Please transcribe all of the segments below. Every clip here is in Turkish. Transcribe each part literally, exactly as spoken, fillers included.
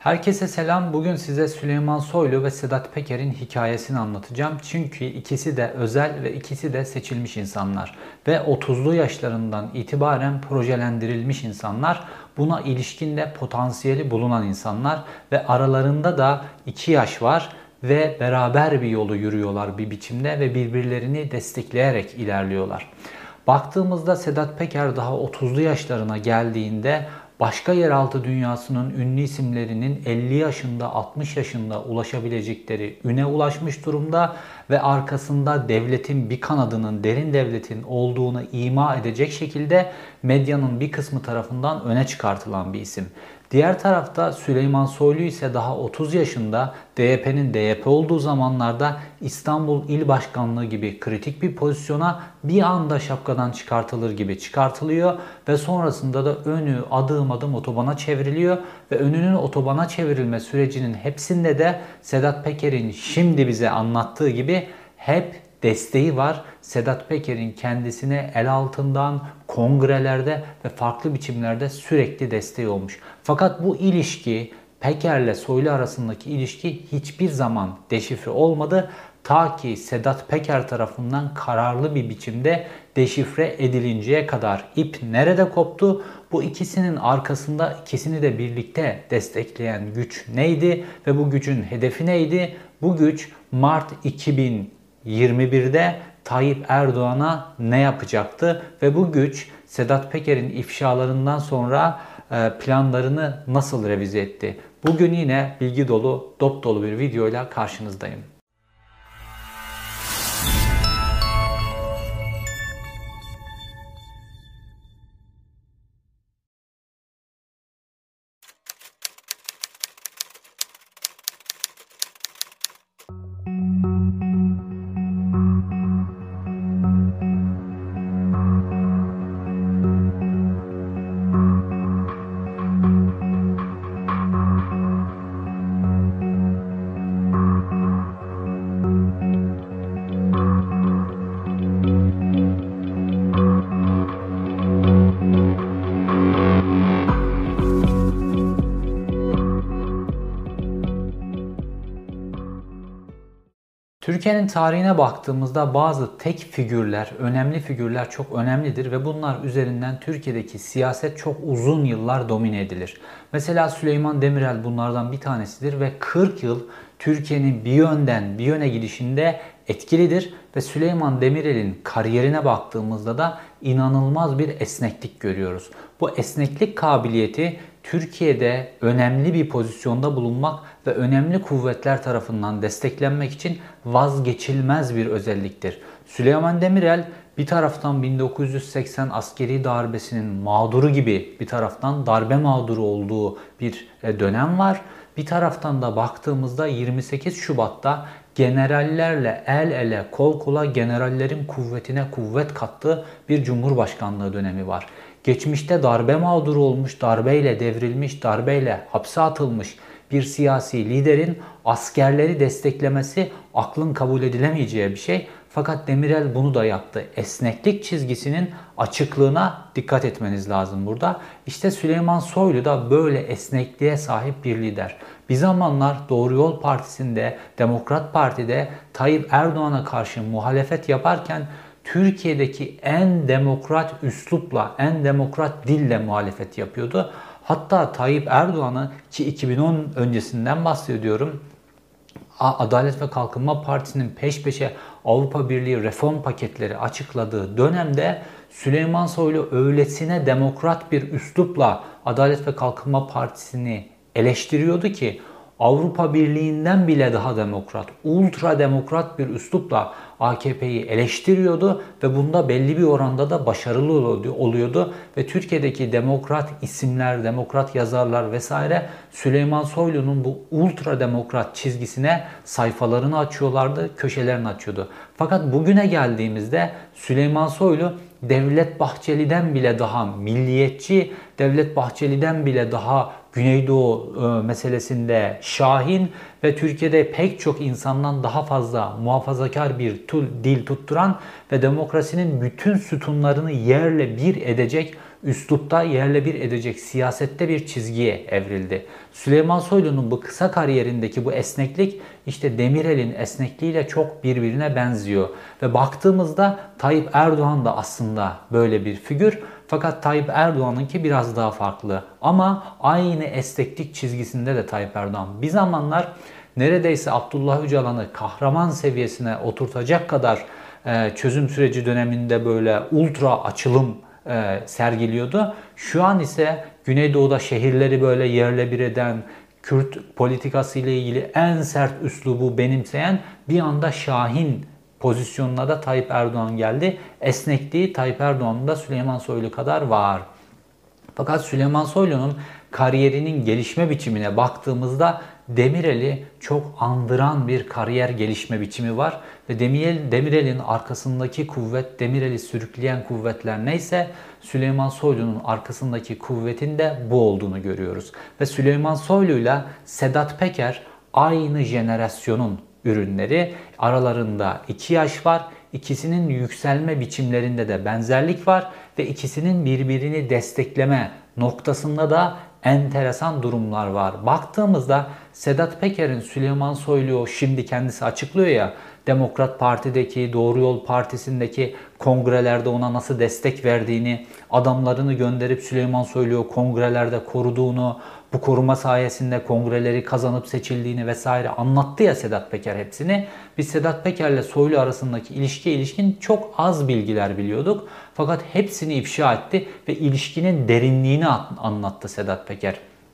Herkese selam. Bugün size Süleyman Soylu ve Sedat Peker'in hikayesini anlatacağım. Çünkü ikisi de özel ve ikisi de seçilmiş insanlar. Ve otuzlu yaşlarından itibaren projelendirilmiş insanlar. Buna ilişkin de potansiyeli bulunan insanlar. Ve aralarında da iki yaş var. Ve beraber bir yolu yürüyorlar bir biçimde ve birbirlerini destekleyerek ilerliyorlar. Baktığımızda Sedat Peker daha otuzlu yaşlarına geldiğinde başka yeraltı dünyasının ünlü isimlerinin elli yaşında, altmış yaşında ulaşabilecekleri üne ulaşmış durumda ve arkasında devletin bir kanadının, derin devletin olduğunu ima edecek şekilde medyanın bir kısmı tarafından öne çıkartılan bir isim. Diğer tarafta Süleyman Soylu ise daha otuz yaşında, D Y P'nin D Y P olduğu zamanlarda İstanbul İl Başkanlığı gibi kritik bir pozisyona bir anda şapkadan çıkartılır gibi çıkartılıyor ve sonrasında da önü adım adım otobana çevriliyor ve önünün otobana çevrilme sürecinin hepsinde de Sedat Peker'in şimdi bize anlattığı gibi hep desteği var. Sedat Peker'in kendisine el altından, kongrelerde ve farklı biçimlerde sürekli desteği olmuş. Fakat bu ilişki, Peker'le Soylu arasındaki ilişki hiçbir zaman deşifre olmadı. Ta ki Sedat Peker tarafından kararlı bir biçimde deşifre edilinceye kadar. İp nerede koptu? Bu ikisinin arkasında ikisini de birlikte destekleyen güç neydi ve bu gücün hedefi neydi? Bu güç Mart iki bin yirmi birde Tayyip Erdoğan'a ne yapacaktı ve bu güç Sedat Peker'in ifşalarından sonra planlarını nasıl revize etti? Bugün yine bilgi dolu, dop dolu bir videoyla karşınızdayım. Türkiye'nin tarihine baktığımızda bazı tek figürler, önemli figürler çok önemlidir ve bunlar üzerinden Türkiye'deki siyaset çok uzun yıllar domine edilir. Mesela Süleyman Demirel bunlardan bir tanesidir ve kırk yıl Türkiye'nin bir yönden bir yöne gidişinde etkilidir ve Süleyman Demirel'in kariyerine baktığımızda da inanılmaz bir esneklik görüyoruz. Bu esneklik kabiliyeti Türkiye'de önemli bir pozisyonda bulunmak ve önemli kuvvetler tarafından desteklenmek için vazgeçilmez bir özelliktir. Süleyman Demirel bir taraftan bin dokuz yüz seksen askeri darbesinin mağduru gibi bir taraftan darbe mağduru olduğu bir dönem var. Bir taraftan da baktığımızda yirmi sekiz Şubat'ta generallerle el ele kol kola generallerin kuvvetine kuvvet kattığı bir cumhurbaşkanlığı dönemi var. Geçmişte darbe mağduru olmuş, darbeyle devrilmiş, darbeyle hapse atılmış bir siyasi liderin askerleri desteklemesi aklın kabul edilemeyeceği bir şey. Fakat Demirel bunu da yaptı. Esneklik çizgisinin açıklığına dikkat etmeniz lazım burada. İşte Süleyman Soylu da böyle esnekliğe sahip bir lider. Bir zamanlar Doğru Yol Partisi'nde, Demokrat Parti'de Tayyip Erdoğan'a karşı muhalefet yaparken Türkiye'deki en demokrat üslupla, en demokrat dille muhalefet yapıyordu. Hatta Tayyip Erdoğan'ı, ki iki bin on öncesinden bahsediyorum, Adalet ve Kalkınma Partisi'nin peş peşe Avrupa Birliği reform paketleri açıkladığı dönemde Süleyman Soylu öylesine demokrat bir üslupla Adalet ve Kalkınma Partisi'ni eleştiriyordu ki Avrupa Birliği'nden bile daha demokrat, ultra demokrat bir üslupla A K P'yi eleştiriyordu ve bunda belli bir oranda da başarılı oluyordu ve Türkiye'deki demokrat isimler, demokrat yazarlar vesaire Süleyman Soylu'nun bu ultra demokrat çizgisine sayfalarını açıyorlardı, köşelerini açıyordu. Fakat bugüne geldiğimizde Süleyman Soylu Devlet Bahçeli'den bile daha milliyetçi, Devlet Bahçeli'den bile daha Güneydoğu meselesinde şahin ve Türkiye'de pek çok insandan daha fazla muhafazakar bir dil tutturan ve demokrasinin bütün sütunlarını yerle bir edecek üslupta yerle bir edecek siyasette bir çizgiye evrildi. Süleyman Soylu'nun bu kısa kariyerindeki bu esneklik işte Demirel'in esnekliğiyle çok birbirine benziyor. Ve baktığımızda Tayyip Erdoğan da aslında böyle bir figür. Fakat Tayyip Erdoğan'ınki biraz daha farklı. Ama aynı esneklik çizgisinde de Tayyip Erdoğan. Bir zamanlar neredeyse Abdullah Öcalan'ı kahraman seviyesine oturtacak kadar çözüm süreci döneminde böyle ultra açılım sergiliyordu. Şu an ise Güneydoğu'da şehirleri böyle yerle bir eden, Kürt politikası ile ilgili en sert üslubu benimseyen bir anda Şahin pozisyonuna da Tayyip Erdoğan geldi. Esnekliği Tayyip Erdoğan'ın da Süleyman Soylu kadar var. Fakat Süleyman Soylu'nun kariyerinin gelişme biçimine baktığımızda Demirel'i çok andıran bir kariyer gelişme biçimi var. Ve Demirel'in arkasındaki kuvvet, Demirel'i sürükleyen kuvvetler neyse Süleyman Soylu'nun arkasındaki kuvvetin de bu olduğunu görüyoruz. Ve Süleyman Soylu'yla Sedat Peker aynı jenerasyonun ürünleri. Aralarında iki yaş var. İkisinin yükselme biçimlerinde de benzerlik var ve ikisinin birbirini destekleme noktasında da enteresan durumlar var. Baktığımızda Sedat Peker'in Süleyman Soylu'yu şimdi kendisi açıklıyor ya, Demokrat Parti'deki, Doğru Yol Partisi'ndeki kongrelerde ona nasıl destek verdiğini, adamlarını gönderip Süleyman Soylu'yu kongrelerde koruduğunu, bu koruma sayesinde kongreleri kazanıp seçildiğini vesaire anlattı ya Sedat Peker hepsini. Biz Sedat Peker'le Soylu arasındaki ilişkiye ilişkin çok az bilgiler biliyorduk. Fakat hepsini ifşa etti ve ilişkinin derinliğini anlattı Sedat Peker.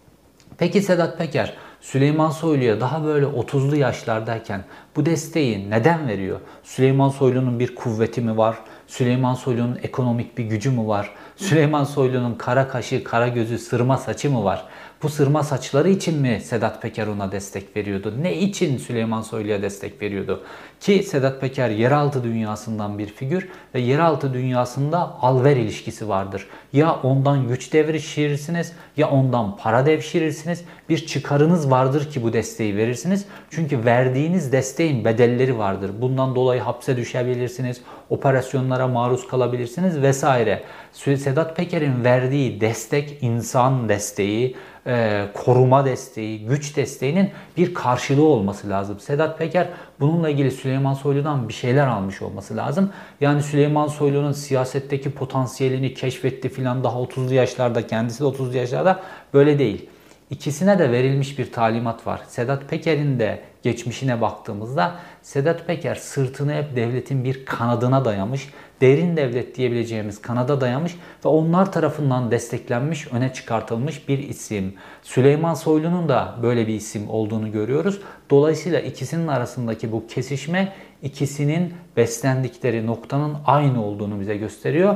Peki Sedat Peker Süleyman Soylu'ya daha böyle otuzlu yaşlardayken bu desteği neden veriyor? Süleyman Soylu'nun bir kuvveti mi var? Süleyman Soylu'nun ekonomik bir gücü mü var? Süleyman Soylu'nun kara kaşı, kara gözü, sırma saçı mı var? Bu sırma saçları için mi Sedat Peker ona destek veriyordu? Ne için Süleyman Soylu'ya destek veriyordu? Ki Sedat Peker yeraltı dünyasından bir figür ve yeraltı dünyasında al-ver ilişkisi vardır. Ya ondan güç devşirirsiniz ya ondan para devşirirsiniz. Bir çıkarınız vardır ki bu desteği verirsiniz. Çünkü verdiğiniz desteğin bedelleri vardır. Bundan dolayı hapse düşebilirsiniz, operasyonlara maruz kalabilirsiniz vesaire. Sedat Peker'in verdiği destek, insan desteği, e, koruma desteği, güç desteğinin bir karşılığı olması lazım. Sedat Peker bununla ilgili Süleyman Soylu'dan bir şeyler almış olması lazım. Yani Süleyman Soylu'nun siyasetteki potansiyelini keşfetti filan daha otuzlu yaşlarda, kendisi de otuzlu yaşlarda, böyle değil. İkisine de verilmiş bir talimat var. Sedat Peker'in de geçmişine baktığımızda Sedat Peker sırtını hep devletin bir kanadına dayamış, derin devlet diyebileceğimiz kanada dayamış ve onlar tarafından desteklenmiş, öne çıkartılmış bir isim. Süleyman Soylu'nun da böyle bir isim olduğunu görüyoruz. Dolayısıyla ikisinin arasındaki bu kesişme ikisinin beslendikleri noktanın aynı olduğunu bize gösteriyor.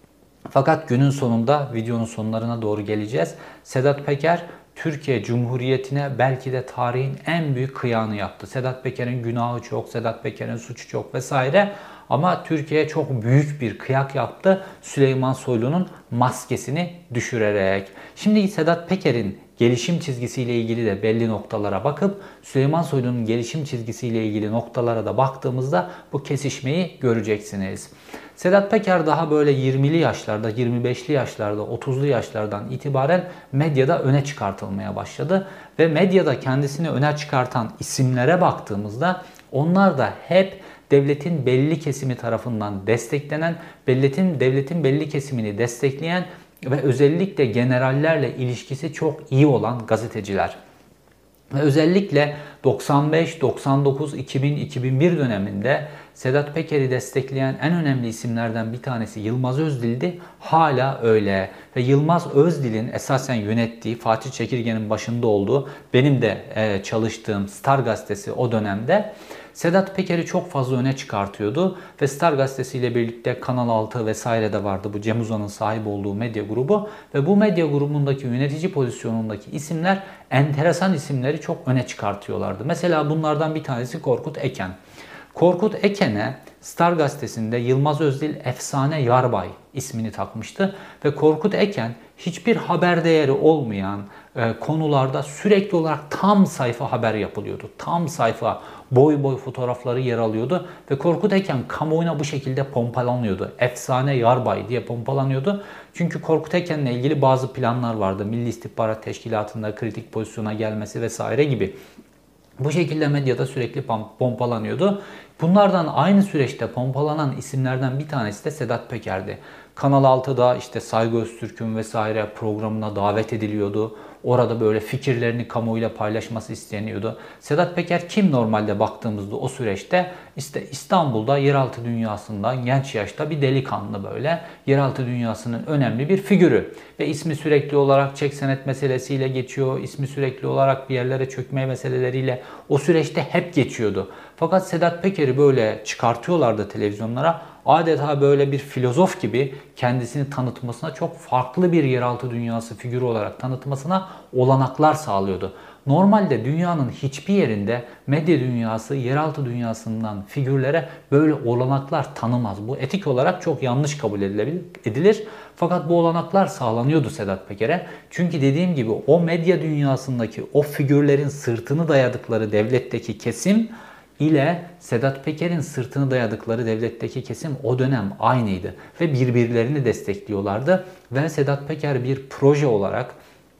Fakat günün sonunda, videonun sonlarına doğru geleceğiz. Sedat Peker Türkiye Cumhuriyeti'ne belki de tarihin en büyük kıyağını yaptı. Sedat Peker'in günahı çok, Sedat Peker'in suçu çok vesaire. Ama Türkiye'ye çok büyük bir kıyak yaptı Süleyman Soylu'nun maskesini düşürerek. Şimdi Sedat Peker'in gelişim çizgisiyle ilgili de belli noktalara bakıp Süleyman Soylu'nun gelişim çizgisiyle ilgili noktalara da baktığımızda bu kesişmeyi göreceksiniz. Sedat Peker daha böyle yirmili yaşlarda, yirmi beşli yaşlarda, otuzlu yaşlardan itibaren medyada öne çıkartılmaya başladı. Ve medyada kendisini öne çıkartan isimlere baktığımızda onlar da hep devletin belli kesimi tarafından desteklenen, devletin, devletin belli kesimini destekleyen ve özellikle generallerle ilişkisi çok iyi olan gazeteciler. Ve özellikle doksan beş, doksan dokuz, iki bin, iki bin bir döneminde Sedat Peker'i destekleyen en önemli isimlerden bir tanesi Yılmaz Özdil'di. Hala öyle. Ve Yılmaz Özdil'in esasen yönettiği, Fatih Çekirge'nin başında olduğu, benim de çalıştığım Star Gazetesi o dönemde Sedat Peker'i çok fazla öne çıkartıyordu ve Star Gazetesi ile birlikte Kanal altı vesaire de vardı. Bu Cem Uzan'ın sahip olduğu medya grubu ve bu medya grubundaki yönetici pozisyonundaki isimler enteresan isimleri çok öne çıkartıyorlardı. Mesela bunlardan bir tanesi Korkut Eken. Korkut Eken'e Star Gazetesi'nde Yılmaz Özdil efsane yarbay ismini takmıştı ve Korkut Eken hiçbir haber değeri olmayan, e, konularda sürekli olarak tam sayfa haber yapılıyordu. Tam sayfa boy boy fotoğrafları yer alıyordu ve Korkut Eken kamuoyuna bu şekilde pompalanıyordu. Efsane yarbay diye pompalanıyordu. Çünkü Korkut Eken'le ilgili bazı planlar vardı. Milli İstihbarat Teşkilatı'nda kritik pozisyona gelmesi vesaire gibi. Bu şekilde medyada sürekli pompalanıyordu. Bunlardan aynı süreçte pompalanan isimlerden bir tanesi de Sedat Peker'di. Kanal altıda işte Saygı Öztürk'ün vesaire programına davet ediliyordu. Orada böyle fikirlerini kamuoyuyla paylaşması isteniyordu. Sedat Peker kim normalde baktığımızda o süreçte? İşte İstanbul'da yeraltı dünyasından genç yaşta bir delikanlı böyle. Yeraltı dünyasının önemli bir figürü. Ve ismi sürekli olarak çek senet meselesiyle geçiyor. İsmi sürekli olarak bir yerlere çökme meseleleriyle o süreçte hep geçiyordu. Fakat Sedat Peker'i böyle çıkartıyorlardı televizyonlara. Adeta böyle bir filozof gibi kendisini tanıtmasına, çok farklı bir yeraltı dünyası figürü olarak tanıtmasına olanaklar sağlıyordu. Normalde dünyanın hiçbir yerinde medya dünyası yeraltı dünyasından figürlere böyle olanaklar tanımaz. Bu etik olarak çok yanlış kabul edilir. Fakat bu olanaklar sağlanıyordu Sedat Peker'e. Çünkü dediğim gibi o medya dünyasındaki o figürlerin sırtını dayadıkları devletteki kesim ile Sedat Peker'in sırtını dayadıkları devletteki kesim o dönem aynıydı ve birbirlerini destekliyorlardı ve Sedat Peker bir proje olarak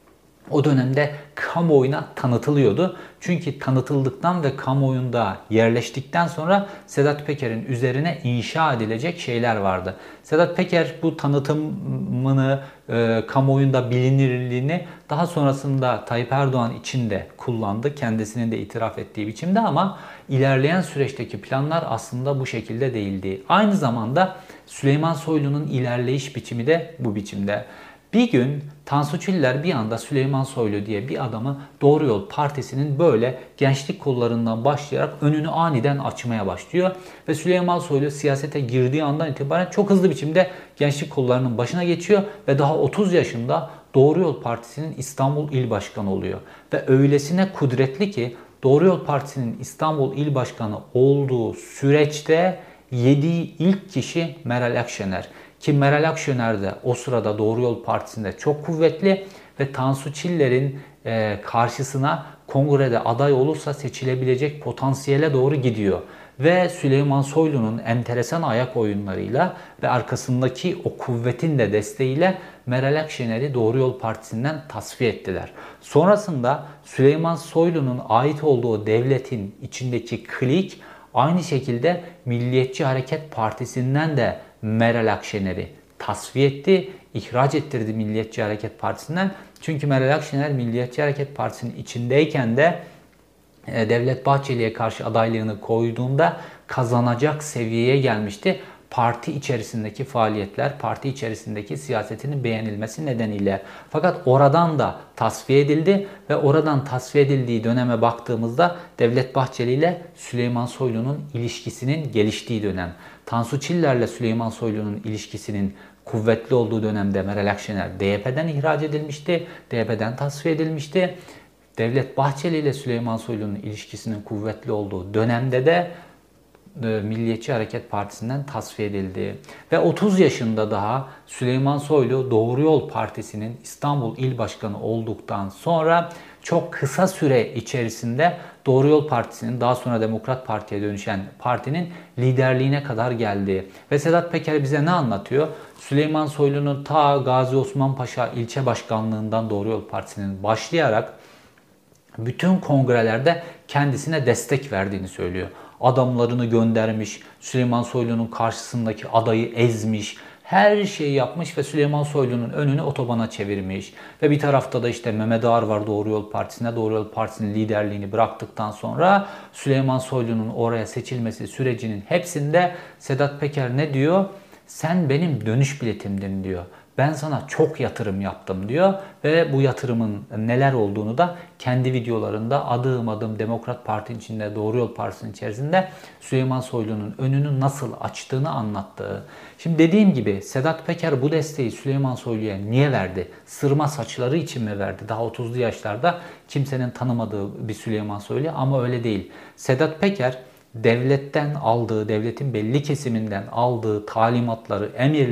o dönemde kamuoyuna tanıtılıyordu. Çünkü tanıtıldıktan ve kamuoyunda yerleştikten sonra Sedat Peker'in üzerine inşa edilecek şeyler vardı. Sedat Peker bu tanıtımını, e, kamuoyunda bilinirliğini daha sonrasında Tayyip Erdoğan için de kullandı. Kendisinin de itiraf ettiği biçimde ama ilerleyen süreçteki planlar aslında bu şekilde değildi. Aynı zamanda Süleyman Soylu'nun ilerleyiş biçimi de bu biçimde. Bir gün Tansu Çiller bir anda Süleyman Soylu diye bir adamı Doğru Yol Partisi'nin böyle gençlik kollarından başlayarak önünü aniden açmaya başlıyor. Ve Süleyman Soylu siyasete girdiği andan itibaren çok hızlı biçimde gençlik kollarının başına geçiyor ve daha otuz yaşında Doğru Yol Partisi'nin İstanbul İl Başkanı oluyor. Ve öylesine kudretli ki Doğru Yol Partisi'nin İstanbul İl Başkanı olduğu süreçte yediği ilk kişi Meral Akşener. Ki Meral Akşener de o sırada Doğru Yol Partisi'nde çok kuvvetli ve Tansu Çiller'in e, karşısına kongrede aday olursa seçilebilecek potansiyele doğru gidiyor. Ve Süleyman Soylu'nun enteresan ayak oyunlarıyla ve arkasındaki o kuvvetin de desteğiyle Meral Akşener'i Doğru Yol Partisi'nden tasfiye ettiler. Sonrasında Süleyman Soylu'nun ait olduğu devletin içindeki klik aynı şekilde Milliyetçi Hareket Partisi'nden de Meral Akşener'i tasfiye etti, ihraç ettirdi Milliyetçi Hareket Partisi'nden. Çünkü Meral Akşener Milliyetçi Hareket Partisi'nin içindeyken de Devlet Bahçeli'ye karşı adaylığını koyduğunda kazanacak seviyeye gelmişti. Parti içerisindeki faaliyetler, parti içerisindeki siyasetinin beğenilmesi nedeniyle. Fakat oradan da tasfiye edildi ve oradan tasfiye edildiği döneme baktığımızda Devlet Bahçeli ile Süleyman Soylu'nun ilişkisinin geliştiği dönem. Tansu Çiller'le Süleyman Soylu'nun ilişkisinin kuvvetli olduğu dönemde Meral Akşener D H P'den ihraç edilmişti, D H P'den tasfiye edilmişti. Devlet Bahçeli ile Süleyman Soylu'nun ilişkisinin kuvvetli olduğu dönemde de Milliyetçi Hareket Partisi'nden tasfiye edildi. Ve otuz yaşında daha Süleyman Soylu Doğru Yol Partisi'nin İstanbul İl Başkanı olduktan sonra çok kısa süre içerisinde Doğru Yol Partisi'nin, daha sonra Demokrat Parti'ye dönüşen partinin liderliğine kadar geldi. Ve Sedat Peker bize ne anlatıyor? Süleyman Soylu'nun ta Gazi Osman Paşa ilçe başkanlığından Doğru Yol Partisi'nin başlayarak bütün kongrelerde kendisine destek verdiğini söylüyor. Adamlarını göndermiş, Süleyman Soylu'nun karşısındaki adayı ezmiş, her şeyi yapmış ve Süleyman Soylu'nun önünü otobana çevirmiş. Ve bir tarafta da işte Mehmet Ağar var Doğru Yol Partisi'ne. Doğru Yol Partisi'nin liderliğini bıraktıktan sonra Süleyman Soylu'nun oraya seçilmesi sürecinin hepsinde Sedat Peker ne diyor? Sen benim dönüş biletimdin diyor. Ben sana çok yatırım yaptım diyor ve bu yatırımın neler olduğunu da kendi videolarında adım adım Demokrat Parti'nin içinde, Doğru Yol Partisi'nin içerisinde Süleyman Soylu'nun önünü nasıl açtığını anlattığı. Şimdi dediğim gibi Sedat Peker bu desteği Süleyman Soylu'ya niye verdi? Sırma saçları için mi verdi? Daha otuzlu yaşlarda kimsenin tanımadığı bir Süleyman Soylu ama öyle değil. Sedat Peker devletten aldığı, devletin belli kesiminden aldığı talimatları, emirleri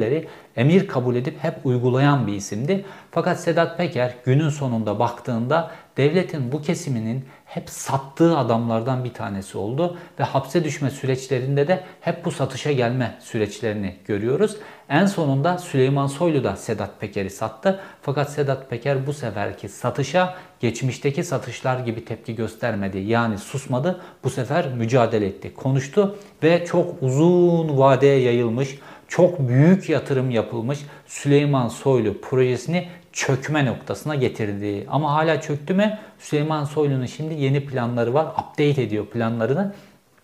emir kabul edip hep uygulayan bir isimdi. Fakat Sedat Peker günün sonunda baktığında devletin bu kesiminin hep sattığı adamlardan bir tanesi oldu ve hapse düşme süreçlerinde de hep bu satışa gelme süreçlerini görüyoruz. En sonunda Süleyman Soylu da Sedat Peker'i sattı. Fakat Sedat Peker bu seferki satışa geçmişteki satışlar gibi tepki göstermedi. Yani susmadı. Bu sefer mücadele etti, konuştu ve çok uzun vadeye yayılmış, çok büyük yatırım yapılmış Süleyman Soylu projesini çökme noktasına getirdi. Ama hala çöktü mü? Süleyman Soylu'nun şimdi yeni planları var. Update ediyor planlarını.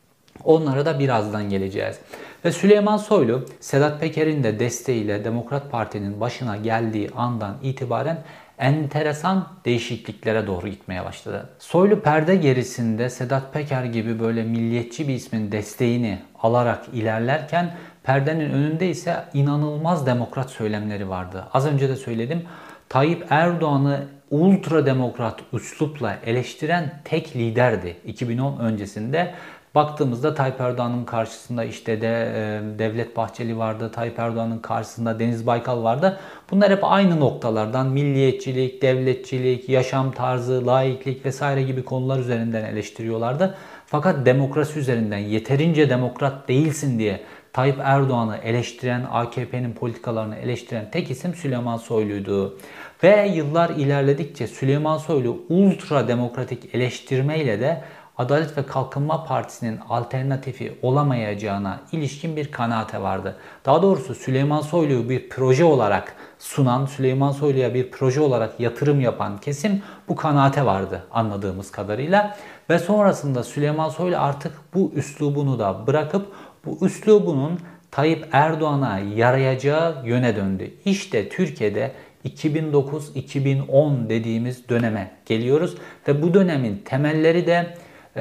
Onlara da birazdan geleceğiz. Ve Süleyman Soylu, Sedat Peker'in de desteğiyle Demokrat Parti'nin başına geldiği andan itibaren enteresan değişikliklere doğru gitmeye başladı. Soylu perde gerisinde Sedat Peker gibi böyle milliyetçi bir ismin desteğini alarak ilerlerken perdenin önünde ise inanılmaz demokrat söylemleri vardı. Az önce de söyledim. Tayyip Erdoğan'ı ultra demokrat üslupla eleştiren tek liderdi iki bin on öncesinde. Baktığımızda Tayyip Erdoğan'ın karşısında işte de e, Devlet Bahçeli vardı, Tayyip Erdoğan'ın karşısında Deniz Baykal vardı. Bunlar hep aynı noktalardan milliyetçilik, devletçilik, yaşam tarzı, laiklik vesaire gibi konular üzerinden eleştiriyorlardı. Fakat demokrasi üzerinden yeterince demokrat değilsin diye Tayyip Erdoğan'ı eleştiren, A K P'nin politikalarını eleştiren tek isim Süleyman Soylu'ydu. Ve yıllar ilerledikçe Süleyman Soylu ultra demokratik eleştirmeyle de Adalet ve Kalkınma Partisi'nin alternatifi olamayacağına ilişkin bir kanaate vardı. Daha doğrusu Süleyman Soylu'yu bir proje olarak sunan, Süleyman Soylu'ya bir proje olarak yatırım yapan kesim bu kanaate vardı anladığımız kadarıyla. Ve sonrasında Süleyman Soylu artık bu üslubunu da bırakıp bu üslubunun Tayyip Erdoğan'a yarayacağı yöne döndü. İşte Türkiye'de iki bin dokuz iki bin on dediğimiz döneme geliyoruz ve bu dönemin temelleri de e,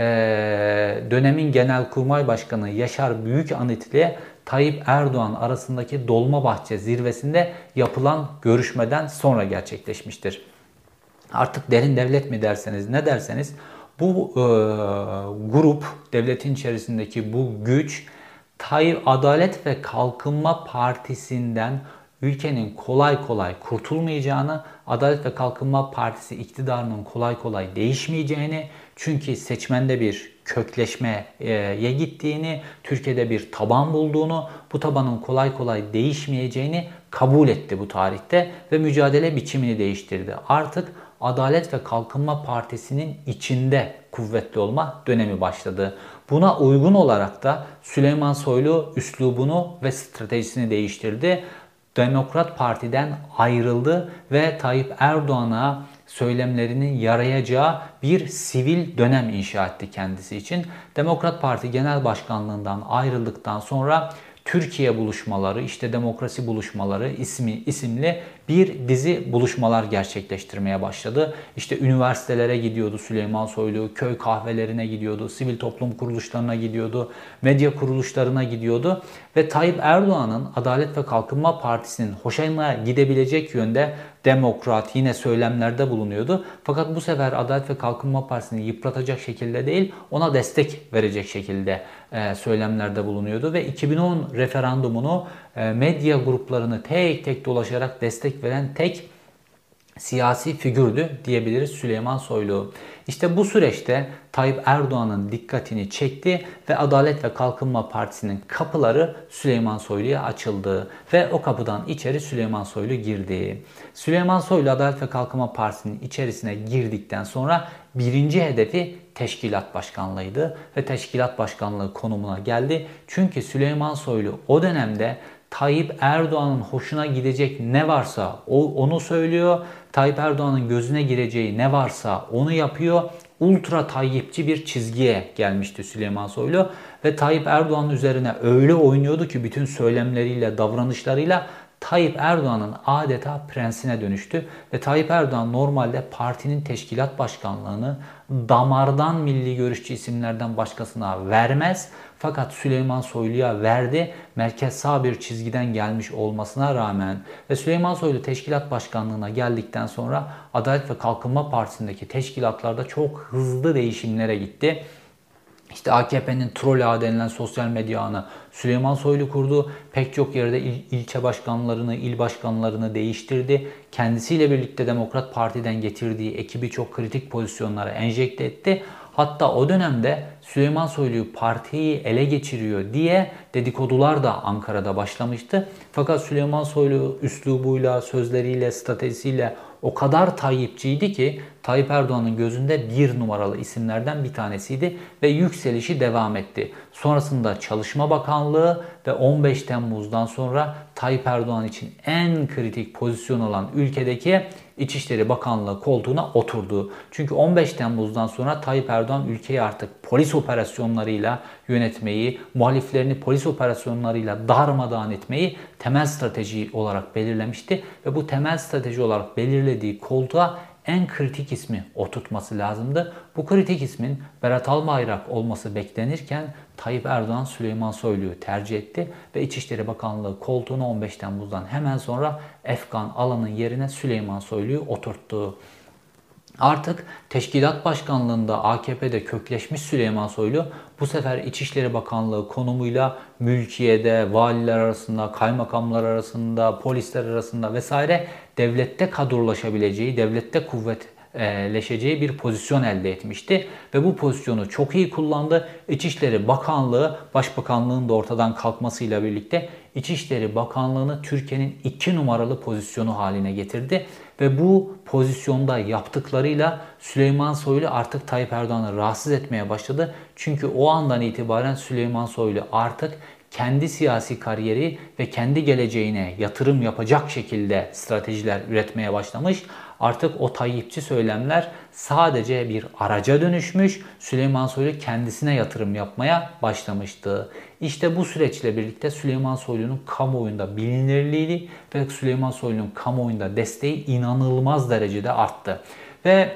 dönemin Genelkurmay Başkanı Yaşar Büyükanıt ile Tayyip Erdoğan arasındaki Dolmabahçe zirvesinde yapılan görüşmeden sonra gerçekleşmiştir. Artık derin devlet mi derseniz ne derseniz bu e, grup, devletin içerisindeki bu güç Tayyip Adalet ve Kalkınma Partisi'nden ülkenin kolay kolay kurtulmayacağını, Adalet ve Kalkınma Partisi iktidarının kolay kolay değişmeyeceğini, çünkü seçmende bir kökleşmeye gittiğini, Türkiye'de bir taban bulduğunu, bu tabanın kolay kolay değişmeyeceğini kabul etti bu tarihte ve mücadele biçimini değiştirdi. Artık Adalet ve Kalkınma Partisi'nin içinde kuvvetli olma dönemi başladı. Buna uygun olarak da Süleyman Soylu üslubunu ve stratejisini değiştirdi. Demokrat Parti'den ayrıldı ve Tayyip Erdoğan'a söylemlerinin yarayacağı bir sivil dönem inşa etti kendisi için. Demokrat Parti Genel Başkanlığından ayrıldıktan sonra Türkiye buluşmaları, işte demokrasi buluşmaları ismi isimli bir dizi buluşmalar gerçekleştirmeye başladı. İşte üniversitelere gidiyordu Süleyman Soylu, köy kahvelerine gidiyordu, sivil toplum kuruluşlarına gidiyordu, medya kuruluşlarına gidiyordu ve Tayyip Erdoğan'ın Adalet ve Kalkınma Partisi'nin hoşuna gidebilecek yönde demokrat yine söylemlerde bulunuyordu. Fakat bu sefer Adalet ve Kalkınma Partisi'ni yıpratacak şekilde değil, ona destek verecek şekilde e, söylemlerde bulunuyordu ve iki bin on referandumunu e, medya gruplarını tek tek dolaşarak destek veren tek siyasi figürdü diyebiliriz Süleyman Soylu. İşte bu süreçte Tayyip Erdoğan'ın dikkatini çekti ve Adalet ve Kalkınma Partisi'nin kapıları Süleyman Soylu'ya açıldı ve o kapıdan içeri Süleyman Soylu girdi. Süleyman Soylu Adalet ve Kalkınma Partisi'nin içerisine girdikten sonra birinci hedefi teşkilat başkanlığıydı ve teşkilat başkanlığı konumuna geldi. Çünkü Süleyman Soylu o dönemde Tayyip Erdoğan'ın hoşuna gidecek ne varsa o onu söylüyor. Tayyip Erdoğan'ın gözüne gireceği ne varsa onu yapıyor. Ultra Tayyipçi bir çizgiye gelmişti Süleyman Soylu ve Tayyip Erdoğan üzerine öyle oynuyordu ki bütün söylemleriyle, davranışlarıyla Tayyip Erdoğan'ın adeta prensine dönüştü ve Tayyip Erdoğan normalde partinin teşkilat başkanlığını damardan milli görüşçü isimlerden başkasına vermez. Fakat Süleyman Soylu'ya verdi. Merkez sağ bir çizgiden gelmiş olmasına rağmen ve Süleyman Soylu teşkilat başkanlığına geldikten sonra Adalet ve Kalkınma Partisi'ndeki teşkilatlarda çok hızlı değişimlere gitti. İşte A K P'nin troll ağı denilen sosyal medya ağını Süleyman Soylu kurdu. Pek çok yerde il, ilçe başkanlarını, il başkanlarını değiştirdi. Kendisiyle birlikte Demokrat Parti'den getirdiği ekibi çok kritik pozisyonlara enjekte etti. Hatta o dönemde Süleyman Soylu'yu partiyi ele geçiriyor diye dedikodular da Ankara'da başlamıştı. Fakat Süleyman Soylu üslubuyla, sözleriyle, stratejisiyle o kadar Tayyipçiydi ki Tayyip Erdoğan'ın gözünde bir numaralı isimlerden bir tanesiydi ve yükselişi devam etti. Sonrasında Çalışma Bakanlığı ve on beş Temmuz'dan sonra Tayyip Erdoğan için en kritik pozisyon olan ülkedeki İçişleri Bakanlığı koltuğuna oturdu. Çünkü on beş Temmuz'dan sonra Tayyip Erdoğan ülkeyi artık polis operasyonlarıyla yönetmeyi, muhaliflerini polis operasyonlarıyla darmadağın etmeyi temel strateji olarak belirlemişti. Ve bu temel strateji olarak belirlediği koltuğa en kritik ismi oturtması lazımdı. Bu kritik ismin Berat Albayrak olması beklenirken Tayyip Erdoğan Süleyman Soylu'yu tercih etti ve İçişleri Bakanlığı koltuğuna on beş Temmuz'dan hemen sonra Efkan Alan'ın yerine Süleyman Soylu'yu oturttu. Artık Teşkilat Başkanlığı'nda A K P'de kökleşmiş Süleyman Soylu bu sefer İçişleri Bakanlığı konumuyla mülkiyede, valiler arasında, kaymakamlar arasında, polisler arasında vesaire devlette kadrolaşabileceği, devlette kuvvetleşeceği bir pozisyon elde etmişti. Ve bu pozisyonu çok iyi kullandı. İçişleri Bakanlığı, Başbakanlığın da ortadan kalkmasıyla birlikte İçişleri Bakanlığı'nı Türkiye'nin iki numaralı pozisyonu haline getirdi. Ve bu pozisyonda yaptıklarıyla Süleyman Soylu artık Tayyip Erdoğan'ı rahatsız etmeye başladı. Çünkü o andan itibaren Süleyman Soylu artık kendi siyasi kariyeri ve kendi geleceğine yatırım yapacak şekilde stratejiler üretmeye başlamış. Artık o Tayyipçi söylemler sadece bir araca dönüşmüş. Süleyman Soylu kendisine yatırım yapmaya başlamıştı. İşte bu süreçle birlikte Süleyman Soylu'nun kamuoyunda bilinirliği ve Süleyman Soylu'nun kamuoyunda desteği inanılmaz derecede arttı. Ve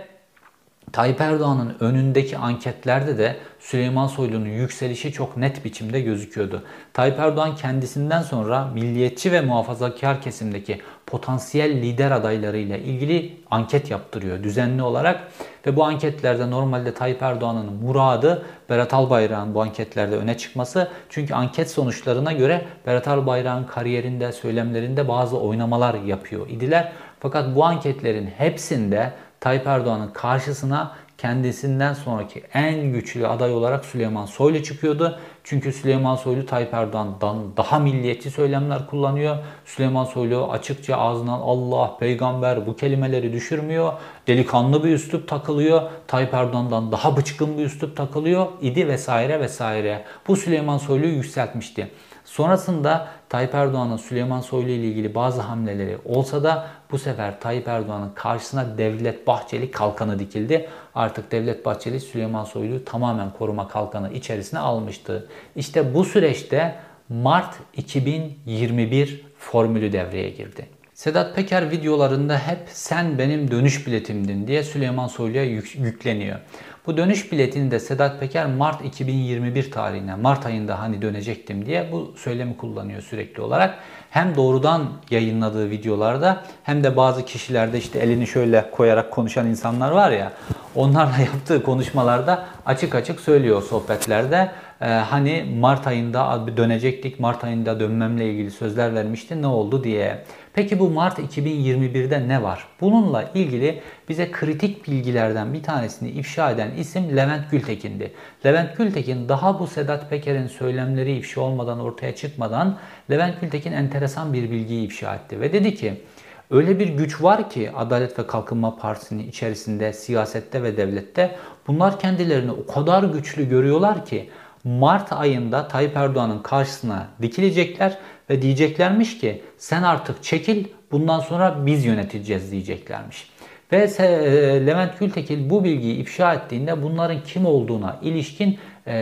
Tayyip Erdoğan'ın önündeki anketlerde de Süleyman Soylu'nun yükselişi çok net biçimde gözüküyordu. Tayyip Erdoğan kendisinden sonra milliyetçi ve muhafazakar kesimdeki potansiyel lider adaylarıyla ilgili anket yaptırıyor düzenli olarak. Ve bu anketlerde normalde Tayyip Erdoğan'ın muradı Berat Albayrak'ın bu anketlerde öne çıkması. Çünkü anket sonuçlarına göre Berat Albayrak'ın kariyerinde, söylemlerinde bazı oynamalar yapıyor idiler. Fakat bu anketlerin hepsinde Tayyip Erdoğan'ın karşısına kendisinden sonraki en güçlü aday olarak Süleyman Soylu çıkıyordu. Çünkü Süleyman Soylu Tayyip Erdoğan'dan daha milliyetçi söylemler kullanıyor. Süleyman Soylu açıkça ağzından Allah, peygamber bu kelimeleri düşürmüyor. Delikanlı bir üslup takılıyor. Tayyip Erdoğan'dan daha bıçkın bir üslup takılıyor idi vesaire vesaire. Bu Süleyman Soylu'yu yükseltmişti. Sonrasında Tayyip Erdoğan'ın Süleyman Soylu ile ilgili bazı hamleleri olsa da bu sefer Tayyip Erdoğan'ın karşısına Devlet Bahçeli kalkanı dikildi. Artık Devlet Bahçeli Süleyman Soylu'yu tamamen koruma kalkanı içerisine almıştı. İşte bu süreçte Mart iki bin yirmi bir formülü devreye girdi. Sedat Peker videolarında hep sen benim dönüş biletimdin diye Süleyman Soylu'ya yük yükleniyor. Bu dönüş biletini de Sedat Peker Mart iki bin yirmi bir tarihine, Mart ayında hani dönecektim diye bu söylemi kullanıyor sürekli olarak. Hem doğrudan yayınladığı videolarda hem de bazı kişilerde işte elini şöyle koyarak konuşan insanlar var ya, onlarla yaptığı konuşmalarda açık açık söylüyor sohbetlerde. Ee, hani Mart ayında dönecektik, Mart ayında dönmemle ilgili sözler vermişti, ne oldu diye. Peki bu Mart iki bin yirmi birde ne var? Bununla ilgili bize kritik bilgilerden bir tanesini ifşa eden isim Levent Gültekin'di. Levent Gültekin daha bu Sedat Peker'in söylemleri ifşa olmadan, ortaya çıkmadan Levent Gültekin enteresan bir bilgiyi ifşa etti ve dedi ki öyle bir güç var ki Adalet ve Kalkınma Partisi'nin içerisinde, siyasette ve devlette bunlar kendilerini o kadar güçlü görüyorlar ki Mart ayında Tayyip Erdoğan'ın karşısına dikilecekler ve diyeceklermiş ki sen artık çekil, bundan sonra biz yöneteceğiz diyeceklermiş. Ve Levent Gültekin bu bilgiyi ifşa ettiğinde bunların kim olduğuna ilişkin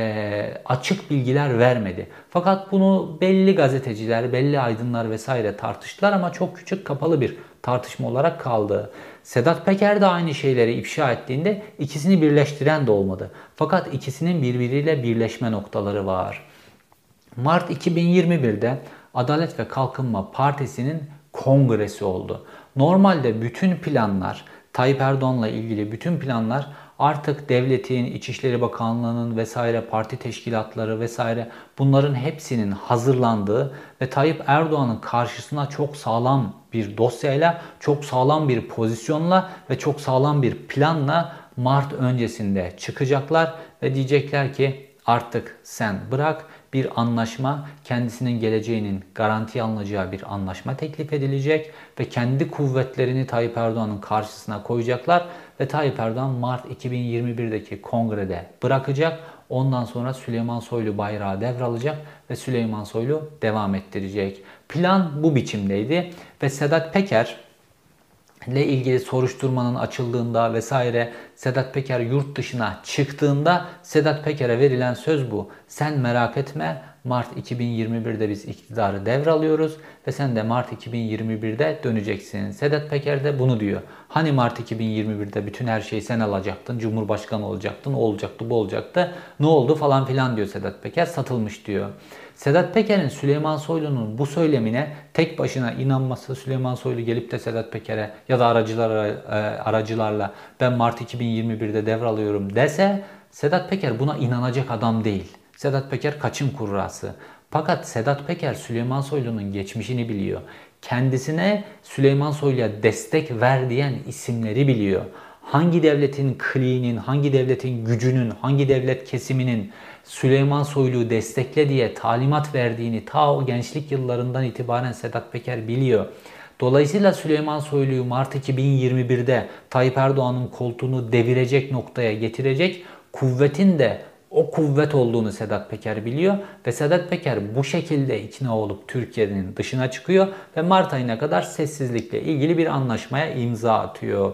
e, açık bilgiler vermedi. Fakat bunu belli gazeteciler, belli aydınlar vesaire tartıştılar ama çok küçük kapalı bir tartışma olarak kaldı. Sedat Peker de aynı şeyleri ifşa ettiğinde ikisini birleştiren de olmadı. Fakat ikisinin birbiriyle birleşme noktaları var. Mart iki bin yirmi birde Adalet ve Kalkınma Partisi'nin kongresi oldu. Normalde bütün planlar, Tayyip Erdoğan'la ilgili bütün planlar Artık devletin, İçişleri Bakanlığı'nın vesaire parti teşkilatları vesaire bunların hepsinin hazırlandığı ve Tayyip Erdoğan'ın karşısına çok sağlam bir dosyayla, çok sağlam bir pozisyonla ve çok sağlam bir planla Mart öncesinde çıkacaklar ve diyecekler ki artık sen bırak, bir anlaşma, kendisinin geleceğinin garanti alınacağı bir anlaşma teklif edilecek ve kendi kuvvetlerini Tayyip Erdoğan'ın karşısına koyacaklar ve Tayyip Erdoğan Mart iki bin yirmi birdeki kongrede bırakacak. Ondan sonra Süleyman Soylu bayrağı devralacak ve Süleyman Soylu devam ettirecek. Plan bu biçimdeydi ve Sedat Peker ile ilgili soruşturmanın açıldığında vesaire Sedat Peker yurt dışına çıktığında Sedat Peker'e verilen söz bu. Sen merak etme, Mart iki bin yirmi birde biz iktidarı devralıyoruz ve sen de Mart iki bin yirmi birde döneceksin. Sedat Peker de bunu diyor. Hani Mart iki bin yirmi birde bütün her şeyi sen alacaktın, Cumhurbaşkanı olacaktın, o olacaktı, bu olacaktı. Ne oldu falan filan diyor Sedat Peker, satılmış diyor. Sedat Peker'in Süleyman Soylu'nun bu söylemine tek başına inanması, Süleyman Soylu gelip de Sedat Peker'e ya da aracılar, aracılarla ben Mart iki bin yirmi birde devralıyorum dese Sedat Peker buna inanacak adam değil. Sedat Peker kaçın kurrası. Fakat Sedat Peker Süleyman Soylu'nun geçmişini biliyor. Kendisine Süleyman Soylu'ya destek ver diyen isimleri biliyor. Hangi devletin kliğinin, hangi devletin gücünün, hangi devlet kesiminin Süleyman Soylu'yu destekle diye talimat verdiğini ta o gençlik yıllarından itibaren Sedat Peker biliyor. Dolayısıyla Süleyman Soylu'yu Mart iki bin yirmi birde Tayyip Erdoğan'ın koltuğunu devirecek noktaya getirecek kuvvetin de o kuvvet olduğunu Sedat Peker biliyor ve Sedat Peker bu şekilde ikna olup Türkiye'nin dışına çıkıyor ve Mart ayına kadar sessizlikle ilgili bir anlaşmaya imza atıyor.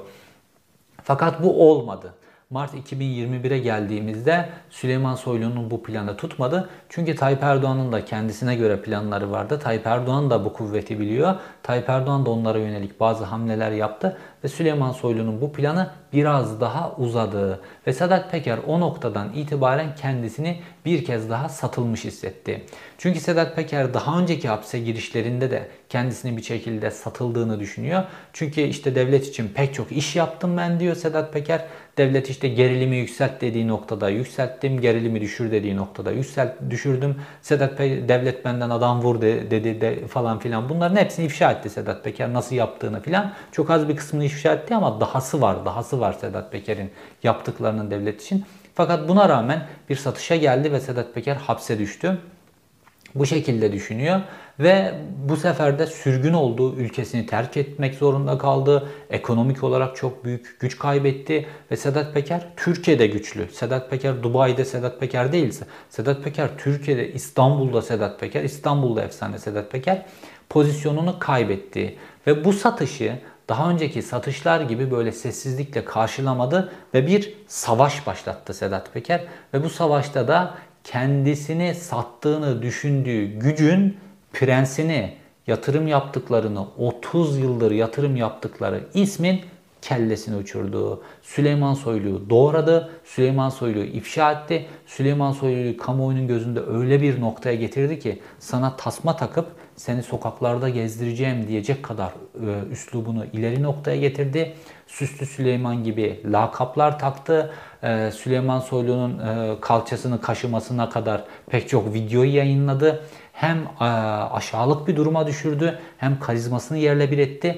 Fakat bu olmadı. Mart iki bin yirmi bire geldiğimizde Süleyman Soylu'nun bu planı tutmadı. Çünkü Tayyip Erdoğan'ın da kendisine göre planları vardı. Tayyip Erdoğan da bu kuvveti biliyor. Tayyip Erdoğan da onlara yönelik bazı hamleler yaptı ve Süleyman Soylu'nun bu planı biraz daha uzadı. Ve Sedat Peker o noktadan itibaren kendisini bir kez daha satılmış hissetti. Çünkü Sedat Peker daha önceki hapse girişlerinde de kendisini bir şekilde satıldığını düşünüyor. Çünkü işte devlet için pek çok iş yaptım ben diyor Sedat Peker. Devlet işte gerilimi yükselt dediği noktada yükselttim, gerilimi düşür dediği noktada yükselt düşürdüm. Sedat Peker devlet benden adam vur de, dedi de falan filan. Bunların hepsini ifşa etti Sedat Peker nasıl yaptığını filan. Çok az bir kısmını ifşa etti ama dahası var, dahası var Sedat Peker'in yaptıklarının devlet için. Fakat buna rağmen bir satışa geldi ve Sedat Peker hapse düştü. Bu şekilde düşünüyor ve bu sefer de sürgün olduğu ülkesini terk etmek zorunda kaldı. Ekonomik olarak çok büyük güç kaybetti ve Sedat Peker Türkiye'de güçlü. Sedat Peker Dubai'de Sedat Peker değilse, Sedat Peker Türkiye'de, İstanbul'da Sedat Peker, İstanbul'da efsane Sedat Peker pozisyonunu kaybetti. Ve bu satışı daha önceki satışlar gibi böyle sessizlikle karşılamadı ve bir savaş başlattı Sedat Peker. Ve bu savaşta da kendisini sattığını düşündüğü gücün prensini, yatırım yaptıklarını, otuz yıldır yatırım yaptıkları ismin kellesini uçurdu. Süleyman Soylu'yu doğradı, Süleyman Soylu'yu ifşa etti. Süleyman Soylu'yu kamuoyunun gözünde öyle bir noktaya getirdi ki sana tasma takıp seni sokaklarda gezdireceğim diyecek kadar e, üslubunu ileri noktaya getirdi. Süslü Süleyman gibi lakaplar taktı. E, Süleyman Soylu'nun e, kalçasını kaşımasına kadar pek çok videoyu yayınladı. Hem e, aşağılık bir duruma düşürdü, hem karizmasını yerle bir etti.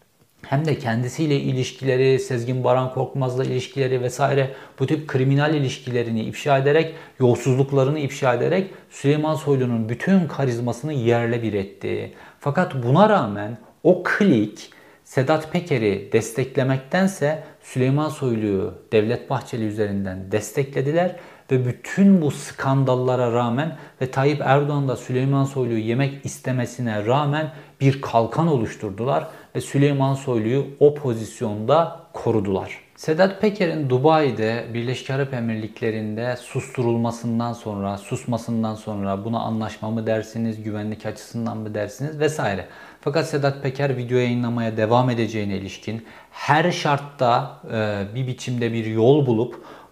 Hem de kendisiyle ilişkileri, Sezgin Baran Korkmaz'la ilişkileri vesaire bu tip kriminal ilişkilerini ifşa ederek, yolsuzluklarını ifşa ederek Süleyman Soylu'nun bütün karizmasını yerle bir etti. Fakat buna rağmen o klik Sedat Peker'i desteklemektense Süleyman Soylu'yu Devlet Bahçeli üzerinden desteklediler ve bütün bu skandallara rağmen ve Tayyip Erdoğan da Süleyman Soylu'yu yemek istemesine rağmen bir kalkan oluşturdular ve Süleyman Soylu'yu o pozisyonda korudular. Sedat Peker'in Dubai'de, Birleşik Arap Emirlikleri'nde susturulmasından sonra, susmasından sonra buna anlaşma mı dersiniz, güvenlik açısından mı dersiniz vesaire. Fakat Sedat Peker video yayınlamaya devam edeceğine ilişkin her şartta e, bir biçimde bir yol bulup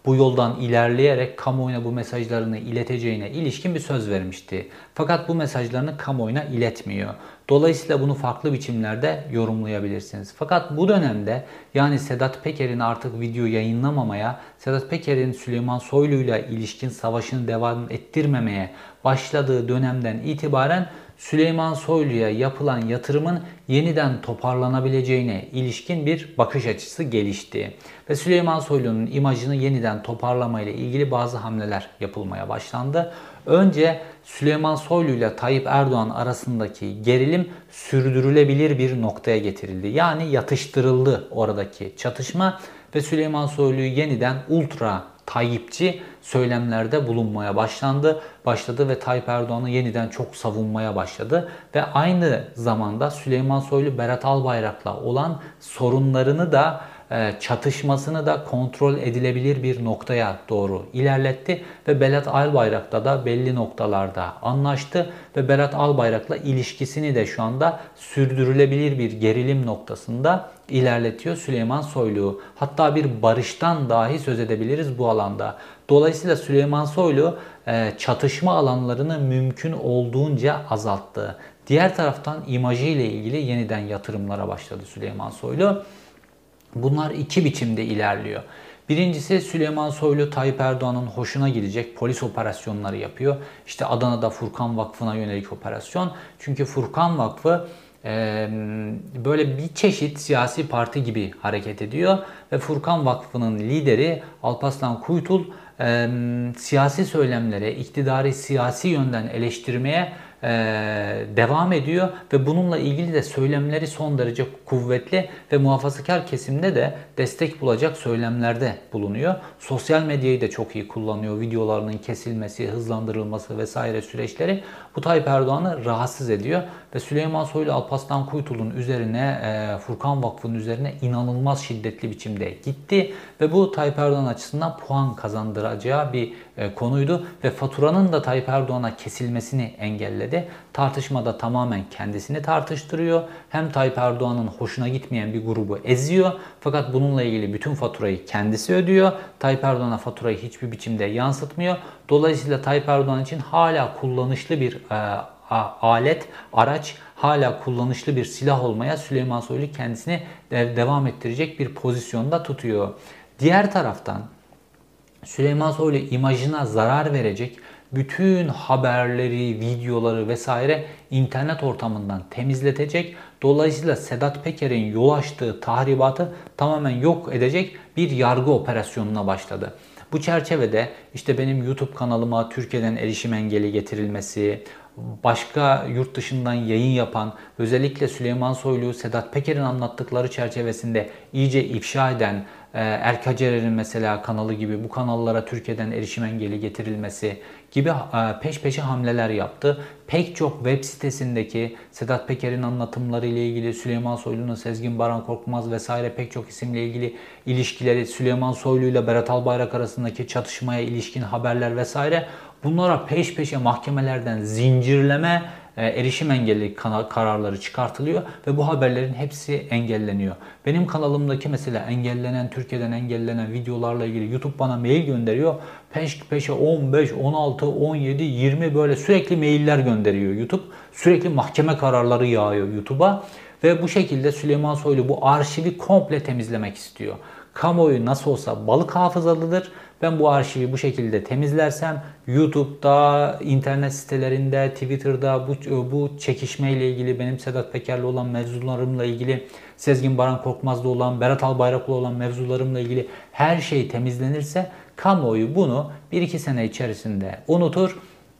bu yoldan ilerleyerek kamuoyuna bu mesajlarını ileteceğine ilişkin bir söz vermişti. Fakat bu mesajlarını kamuoyuna iletmiyor. Dolayısıyla bunu farklı biçimlerde yorumlayabilirsiniz. Fakat bu dönemde yani Sedat Peker'in artık video yayınlamamaya, Sedat Peker'in Süleyman Soylu'yla ilişkin savaşını devam ettirmemeye başladığı dönemden itibaren Süleyman Soylu'ya yapılan yatırımın yeniden toparlanabileceğine ilişkin bir bakış açısı gelişti. Ve Süleyman Soylu'nun imajını yeniden toparlamayla ilgili bazı hamleler yapılmaya başlandı. Önce Süleyman Soylu ile Tayyip Erdoğan arasındaki gerilim sürdürülebilir bir noktaya getirildi. Yani yatıştırıldı oradaki çatışma ve Süleyman Soylu'yu yeniden ultra Tayyipçi söylemlerde bulunmaya başlandı, başladı ve Tayyip Erdoğan'ı yeniden çok savunmaya başladı ve aynı zamanda Süleyman Soylu Berat Albayrak'la olan sorunlarını da çatışmasını da kontrol edilebilir bir noktaya doğru ilerletti ve Berat Albayrak'la da belli noktalarda anlaştı ve Berat Albayrak'la ilişkisini de şu anda sürdürülebilir bir gerilim noktasında ilerletiyor Süleyman Soylu. Hatta bir barıştan dahi söz edebiliriz bu alanda. Dolayısıyla Süleyman Soylu çatışma alanlarını mümkün olduğunca azalttı. Diğer taraftan imajı ile ilgili yeniden yatırımlara başladı Süleyman Soylu. Bunlar iki biçimde ilerliyor. Birincisi Süleyman Soylu Tayyip Erdoğan'ın hoşuna gidecek polis operasyonları yapıyor. İşte Adana'da Furkan Vakfı'na yönelik operasyon. Çünkü Furkan Vakfı e, böyle bir çeşit siyasi parti gibi hareket ediyor. Ve Furkan Vakfı'nın lideri Alparslan Kuytul e, siyasi söylemlere, iktidarı siyasi yönden eleştirmeye devam ediyor ve bununla ilgili de söylemleri son derece kuvvetli ve muhafazakar kesimde de destek bulacak söylemlerde bulunuyor. Sosyal medyayı da çok iyi kullanıyor. Videolarının kesilmesi, hızlandırılması vesaire süreçleri bu Tayyip Erdoğan'ı rahatsız ediyor ve Süleyman Soylu Alparslan Kuytul'un üzerine, Furkan Vakfı'nın üzerine inanılmaz şiddetli biçimde gitti ve bu Tayyip Erdoğan açısından puan kazandıracağı bir konuydu ve faturanın da Tayyip Erdoğan'a kesilmesini engelledi. Tartışmada tamamen kendisini tartıştırıyor. Hem Tayyip Erdoğan'ın hoşuna gitmeyen bir grubu eziyor. Fakat bununla ilgili bütün faturayı kendisi ödüyor. Tayyip Erdoğan'a faturayı hiçbir biçimde yansıtmıyor. Dolayısıyla Tayyip Erdoğan için hala kullanışlı bir e, alet, araç, hala kullanışlı bir silah olmaya Süleyman Soylu kendisini de devam ettirecek bir pozisyonda tutuyor. Diğer taraftan Süleyman Soylu imajına zarar verecek bütün haberleri, videoları vesaire internet ortamından temizletecek. Dolayısıyla Sedat Peker'in yol açtığı tahribatı tamamen yok edecek bir yargı operasyonuna başladı. Bu çerçevede işte benim YouTube kanalıma Türkiye'den erişim engeli getirilmesi, başka yurt dışından yayın yapan, özellikle Süleyman Soylu'yu Sedat Peker'in anlattıkları çerçevesinde iyice ifşa eden Erka Cerer'in mesela kanalı gibi bu kanallara Türkiye'den erişim engeli getirilmesi gibi peş peşe hamleler yaptı. Pek çok web sitesindeki Sedat Peker'in anlatımları ile ilgili, Süleyman Soylu'nun Sezgin Baran Korkmaz vesaire pek çok isimle ilgili ilişkileri, Süleyman Soylu ile Berat Albayrak arasındaki çatışmaya ilişkin haberler vesaire, bunlara peş peşe mahkemelerden zincirleme erişim engelli kararları çıkartılıyor ve bu haberlerin hepsi engelleniyor. Benim kanalımdaki mesela engellenen, Türkiye'den engellenen videolarla ilgili YouTube bana mail gönderiyor. Peş peşe on beş, on altı, on yedi, yirmi böyle sürekli mailler gönderiyor YouTube. Sürekli mahkeme kararları yağıyor YouTube'a ve bu şekilde Süleyman Soylu bu arşivi komple temizlemek istiyor. Kamuoyu nasıl olsa balık hafızalıdır. Ben bu arşivi bu şekilde temizlersem YouTube'da, internet sitelerinde, Twitter'da bu, bu çekişmeyle ilgili, benim Sedat Peker'le olan mevzularımla ilgili, Sezgin Baran Korkmaz'la olan, Berat Albayrak'la olan mevzularımla ilgili her şey temizlenirse kamuoyu bunu bir iki sene içerisinde unutur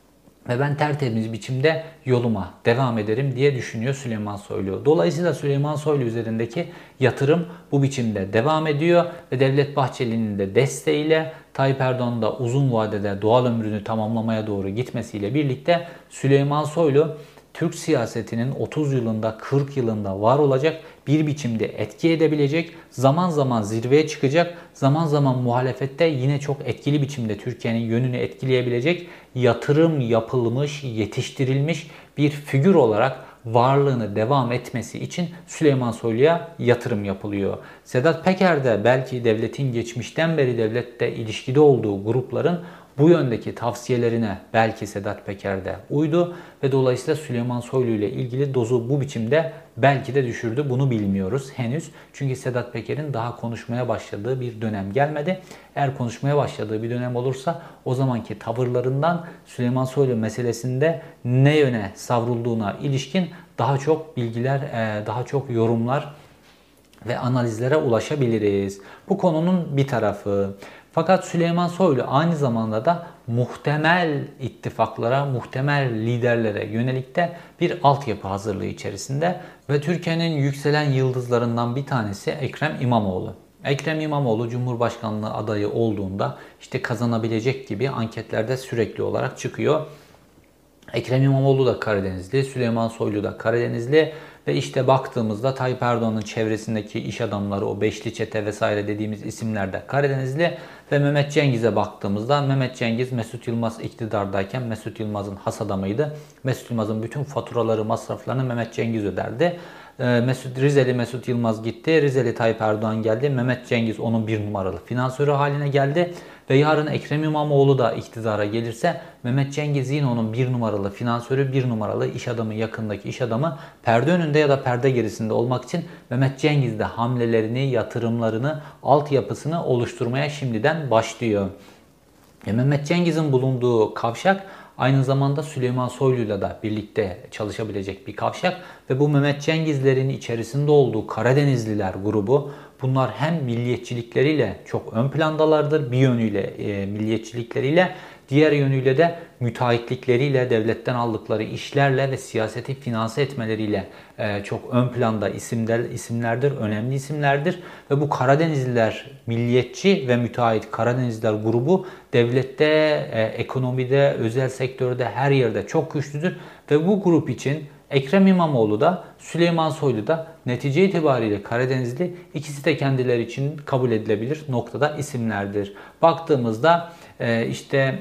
ve ben tertemiz biçimde yoluma devam ederim diye düşünüyor Süleyman Soylu. Dolayısıyla Süleyman Soylu üzerindeki yatırım bu biçimde devam ediyor ve Devlet Bahçeli'nin de desteğiyle Tayyip Erdoğan'ın da uzun vadede doğal ömrünü tamamlamaya doğru gitmesiyle birlikte Süleyman Soylu Türk siyasetinin otuz yılında, kırk yılında var olacak bir biçimde etki edebilecek, zaman zaman zirveye çıkacak, zaman zaman muhalefette yine çok etkili biçimde Türkiye'nin yönünü etkileyebilecek yatırım yapılmış, yetiştirilmiş bir figür olarak varlığını devam etmesi için Süleyman Soylu'ya yatırım yapılıyor. Sedat Peker de belki devletin geçmişten beri devlette ilişkide olduğu grupların bu yöndeki tavsiyelerine belki Sedat Peker de uydu ve dolayısıyla Süleyman Soylu ile ilgili dozu bu biçimde belki de düşürdü. Bunu bilmiyoruz henüz. Çünkü Sedat Peker'in daha konuşmaya başladığı bir dönem gelmedi. Eğer konuşmaya başladığı bir dönem olursa o zamanki tavırlarından Süleyman Soylu meselesinde ne yöne savrulduğuna ilişkin daha çok bilgiler, daha çok yorumlar ve analizlere ulaşabiliriz. Bu konunun bir tarafı. Fakat Süleyman Soylu aynı zamanda da muhtemel ittifaklara, muhtemel liderlere yönelik de bir altyapı hazırlığı içerisinde ve Türkiye'nin yükselen yıldızlarından bir tanesi Ekrem İmamoğlu. Ekrem İmamoğlu Cumhurbaşkanlığı adayı olduğunda işte kazanabilecek gibi anketlerde sürekli olarak çıkıyor. Ekrem İmamoğlu da Karadenizli, Süleyman Soylu da Karadenizli ve işte baktığımızda Tayyip Erdoğan'ın çevresindeki iş adamları, o beşli çete vesaire dediğimiz isimler de Karadenizli ve Mehmet Cengiz'e baktığımızda Mehmet Cengiz Mesut Yılmaz iktidardayken Mesut Yılmaz'ın has adamıydı. Mesut Yılmaz'ın bütün faturaları, masraflarını Mehmet Cengiz öderdi. Mesut, Rizeli Mesut Yılmaz gitti, Rizeli Tayyip Erdoğan geldi, Mehmet Cengiz onun bir numaralı finansörü haline geldi. Ve yarın Ekrem İmamoğlu da iktidara gelirse Mehmet Cengiz yine onun bir numaralı finansörü, bir numaralı iş adamı, yakındaki iş adamı, perde önünde ya da perde gerisinde olmak için Mehmet Cengiz de hamlelerini, yatırımlarını, altyapısını oluşturmaya şimdiden başlıyor. Ve Mehmet Cengiz'in bulunduğu kavşak aynı zamanda Süleyman Soylu'yla da birlikte çalışabilecek bir kavşak ve bu Mehmet Cengizlerin içerisinde olduğu Karadenizliler grubu, bunlar hem milliyetçilikleriyle çok ön plandalardır, bir yönüyle e, milliyetçilikleriyle, diğer yönüyle de müteahhitlikleriyle, devletten aldıkları işlerle ve siyaseti finanse etmeleriyle e, çok ön planda isimler, isimlerdir, önemli isimlerdir. Ve bu Karadenizliler, milliyetçi ve müteahhit Karadenizliler grubu devlette, e, ekonomide, özel sektörde, her yerde çok güçlüdür. Ve bu grup için Ekrem İmamoğlu da Süleyman Soylu da netice itibariyle Karadenizli, ikisi de kendileri için kabul edilebilir noktada isimlerdir. Baktığımızda işte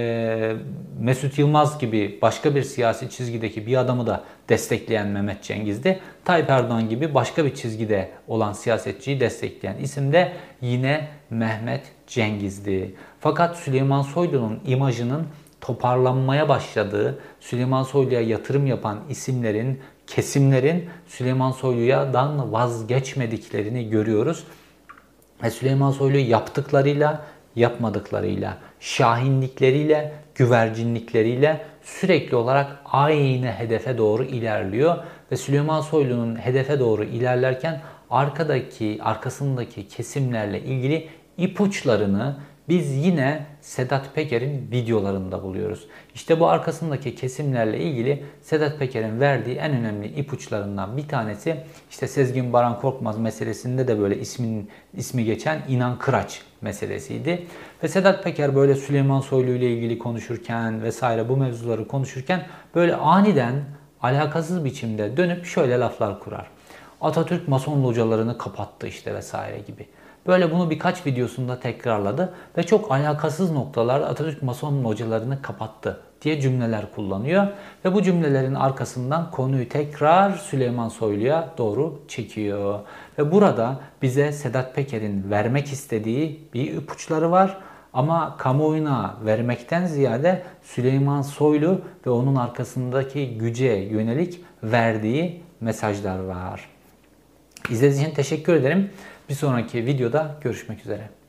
Mesut Yılmaz gibi başka bir siyasi çizgideki bir adamı da destekleyen Mehmet Cengiz'di. Tayyip Erdoğan gibi başka bir çizgide olan siyasetçiyi destekleyen isim de yine Mehmet Cengiz'di. Fakat Süleyman Soylu'nun imajının toparlanmaya başladığı, Süleyman Soylu'ya yatırım yapan isimlerin, kesimlerin Süleyman Soylu'dan vazgeçmediklerini görüyoruz. Ve Süleyman Soylu yaptıklarıyla, yapmadıklarıyla, şahinlikleriyle, güvercinlikleriyle sürekli olarak aynı hedefe doğru ilerliyor. Ve Süleyman Soylu'nun hedefe doğru ilerlerken arkadaki, arkasındaki kesimlerle ilgili ipuçlarını biz yine Sedat Peker'in videolarında buluyoruz. İşte bu arkasındaki kesimlerle ilgili Sedat Peker'in verdiği en önemli ipuçlarından bir tanesi, işte Sezgin Baran Korkmaz meselesinde de böyle ismin ismi geçen İnan Kıraç meselesiydi. Ve Sedat Peker böyle Süleyman Soylu ile ilgili konuşurken vesaire, bu mevzuları konuşurken böyle aniden alakasız biçimde dönüp şöyle laflar kurar. Atatürk Mason localarını kapattı işte vesaire gibi. Böyle bunu birkaç videosunda tekrarladı ve çok alakasız noktalarda Atatürk Mason localarını kapattı diye cümleler kullanıyor. Ve bu cümlelerin arkasından konuyu tekrar Süleyman Soylu'ya doğru çekiyor. Ve burada bize Sedat Peker'in vermek istediği bir ipuçları var. Ama kamuoyuna vermekten ziyade Süleyman Soylu ve onun arkasındaki güce yönelik verdiği mesajlar var. İzlediğiniz için teşekkür ederim. Bir sonraki videoda görüşmek üzere.